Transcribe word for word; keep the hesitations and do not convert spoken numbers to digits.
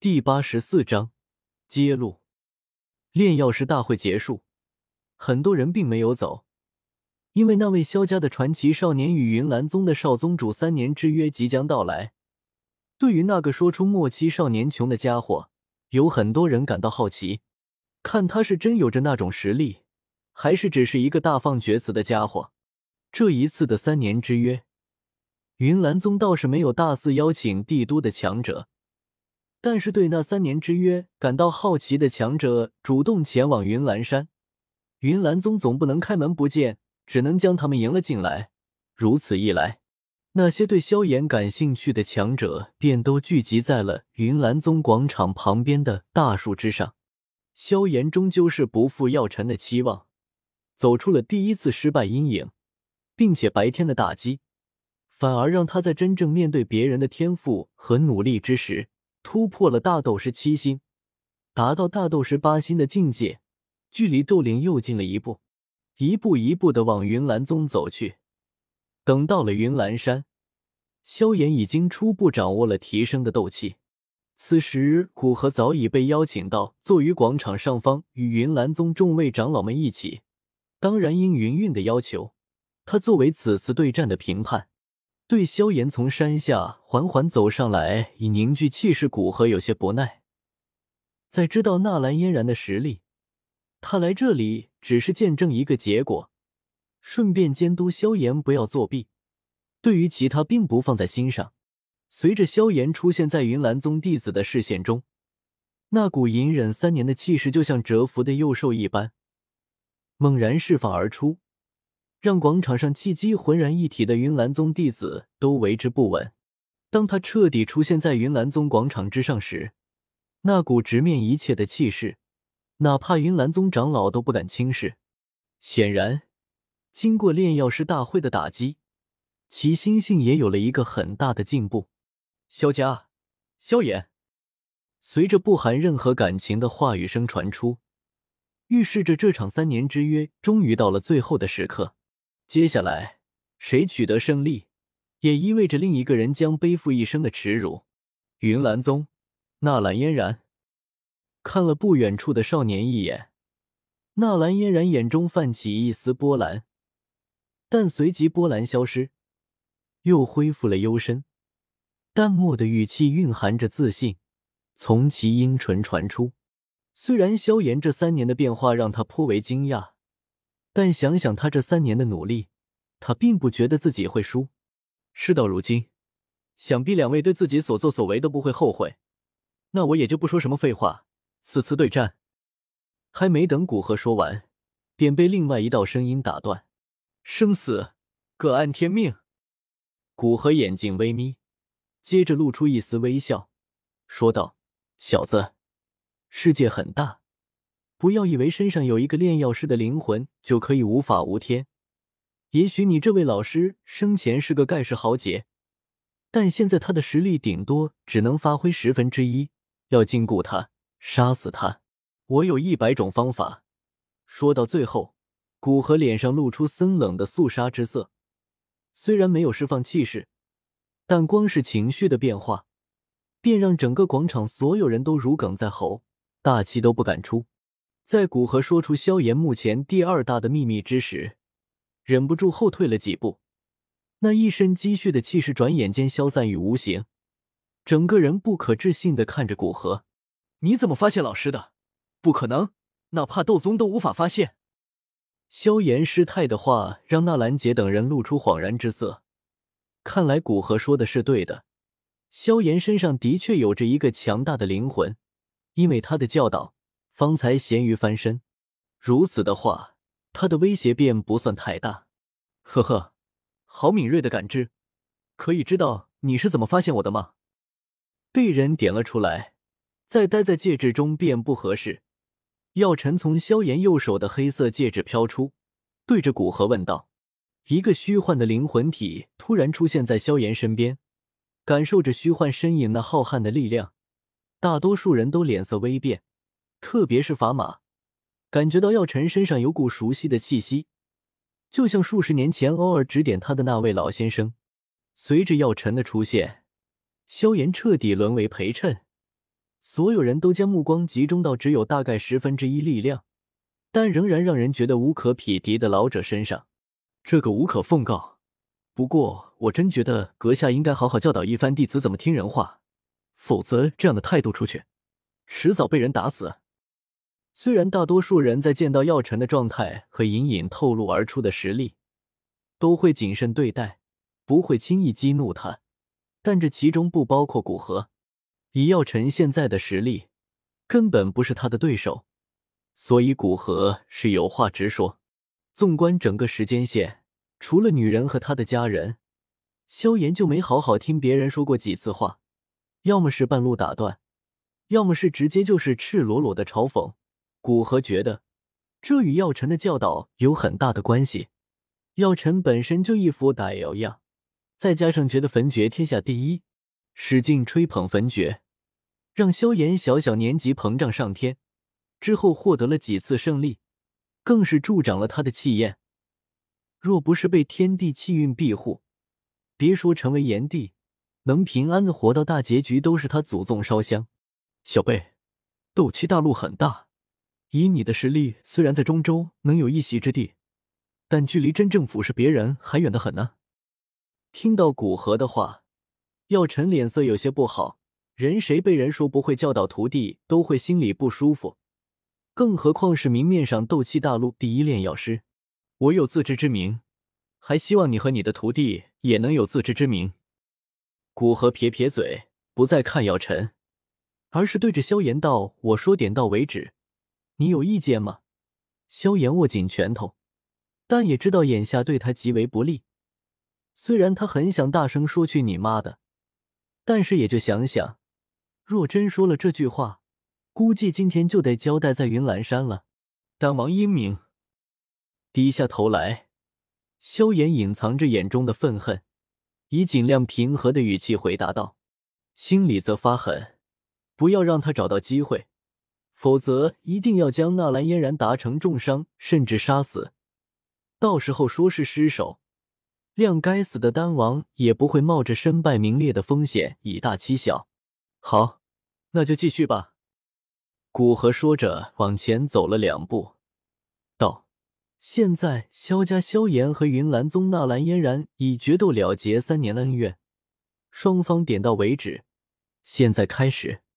第八十四章揭露。炼药师大会结束，很多人并没有走，因为那位萧家的传奇少年与云岚宗的少宗主三年之约即将到来。对于那个说出末期少年穷的家伙，有很多人感到好奇，看他是真有着那种实力，还是只是一个大放厥词的家伙。这一次的三年之约，云岚宗倒是没有大肆邀请帝都的强者，但是对那三年之约感到好奇的强者主动前往云岚山，云岚宗总不能开门不见，只能将他们迎了进来。如此一来，那些对萧炎感兴趣的强者便都聚集在了云岚宗广场旁边的大树之上。萧炎终究是不负药尘的期望，走出了第一次失败阴影，并且白天的打击反而让他在真正面对别人的天赋和努力之时，突破了大斗师七星，达到大斗师八星的境界，距离斗灵又近了一步，一步一步地往云岚宗走去。等到了云岚山，萧炎已经初步掌握了提升的斗气。此时古河早已被邀请到坐于广场上方，与云岚宗众位长老们一起。当然因云韵的要求，他作为此次对战的评判，对萧炎从山下缓缓走上来以凝聚气势，古河有些不耐。在知道纳兰嫣然的实力，他来这里只是见证一个结果，顺便监督萧炎不要作弊，对于其他并不放在心上。随着萧炎出现在云岚宗弟子的视线中，那股隐忍三年的气势就像蛰伏的幼兽一般猛然释放而出，让广场上气机浑然一体的云岚宗弟子都为之不稳。当他彻底出现在云岚宗广场之上时，那股直面一切的气势，哪怕云岚宗长老都不敢轻视。显然，经过炼药师大会的打击，其心性也有了一个很大的进步。萧家，萧炎，随着不含任何感情的话语声传出，预示着这场三年之约终于到了最后的时刻。接下来，谁取得胜利，也意味着另一个人将背负一生的耻辱。云岚宗，纳兰嫣然看了不远处的少年一眼，纳兰嫣然眼中泛起一丝波澜，但随即波澜消失，又恢复了幽深。淡漠的语气蕴含着自信，从其阴唇传出。虽然萧炎这三年的变化让他颇为惊讶，但想想他这三年的努力，他并不觉得自己会输。事到如今，想必两位对自己所作所为都不会后悔，那我也就不说什么废话，此次对战……还没等古河说完，便被另外一道声音打断：生死各安天命。古河眼睛微眯，接着露出一丝微笑，说道：小子，世界很大，不要以为身上有一个炼药师的灵魂就可以无法无天。也许你这位老师生前是个盖世豪杰，但现在他的实力顶多只能发挥十分之一，要禁锢他，杀死他，我有一百种方法。说到最后，古河脸上露出森冷的肃杀之色，虽然没有释放气势，但光是情绪的变化，便让整个广场所有人都如鲠在喉，大气都不敢出。在古河说出萧炎目前第二大的秘密之时，忍不住后退了几步，那一身积蓄的气势转眼间消散于无形，整个人不可置信地看着古河：你怎么发现老师的？不可能，哪怕斗宗都无法发现。萧炎失态的话让纳兰杰等人露出恍然之色，看来古河说的是对的，萧炎身上的确有着一个强大的灵魂，因为他的教导方才咸鱼翻身，如此的话，他的威胁便不算太大。呵呵，好敏锐的感知，可以知道你是怎么发现我的吗？被人点了出来，再待在戒指中便不合适。药尘从萧炎右手的黑色戒指飘出，对着古河问道。一个虚幻的灵魂体突然出现在萧炎身边，感受着虚幻身影那浩瀚的力量，大多数人都脸色微变，特别是法码，感觉到药尘身上有股熟悉的气息，就像数十年前偶尔指点他的那位老先生。随着药尘的出现，萧炎彻底沦为陪衬， 所有人都将目光集中到只有大概十分之一力量，但仍然让人觉得无可匹敌的老者身上。这个无可奉告，不过我真觉得阁下应该好好教导一番弟子怎么听人话，否则这样的态度出去，迟早被人打死。虽然大多数人在见到药尘的状态和隐隐透露而出的实力，都会谨慎对待，不会轻易激怒他，但这其中不包括古河。以药尘现在的实力，根本不是他的对手，所以古河是有话直说。纵观整个时间线，除了女人和他的家人，萧炎就没好好听别人说过几次话，要么是半路打断，要么是直接就是赤裸裸的嘲讽。古河觉得这与药尘的教导有很大的关系。药尘本身就一副歹妖样，再加上觉得焚诀天下第一，使劲吹捧焚诀，让萧炎小小年纪膨胀上天，之后获得了几次胜利，更是助长了他的气焰。若不是被天地气运庇护，别说成为炎帝，能平安的活到大结局都是他祖宗烧香。小辈，斗气大陆很大，以你的实力，虽然在中州能有一席之地，但距离真正俯视别人还远得很呢。听到古河的话，药尘脸色有些不好，人谁被人说不会教导徒弟都会心里不舒服，更何况是明面上斗气大陆第一炼药师。我有自知之明，还希望你和你的徒弟也能有自知之明。古河撇撇嘴，不再看药尘，而是对着萧炎道：我说点到为止，你有意见吗？萧炎握紧拳头，但也知道眼下对他极为不利。虽然他很想大声说去你妈的，但是也就想想，若真说了这句话，估计今天就得交代在云岚山了。丹王英明。低下头来，萧炎隐藏着眼中的愤恨，以尽量平和的语气回答道，心里则发狠，不要让他找到机会，否则一定要将纳兰嫣然打成重伤，甚至杀死。到时候说是失手，谅该死的丹王也不会冒着身败名裂的风险以大欺小。好，那就继续吧。古河说着往前走了两步，道，现在萧家萧炎和云岚宗纳兰嫣然已决斗了结三年恩怨，双方点到为止，现在开始。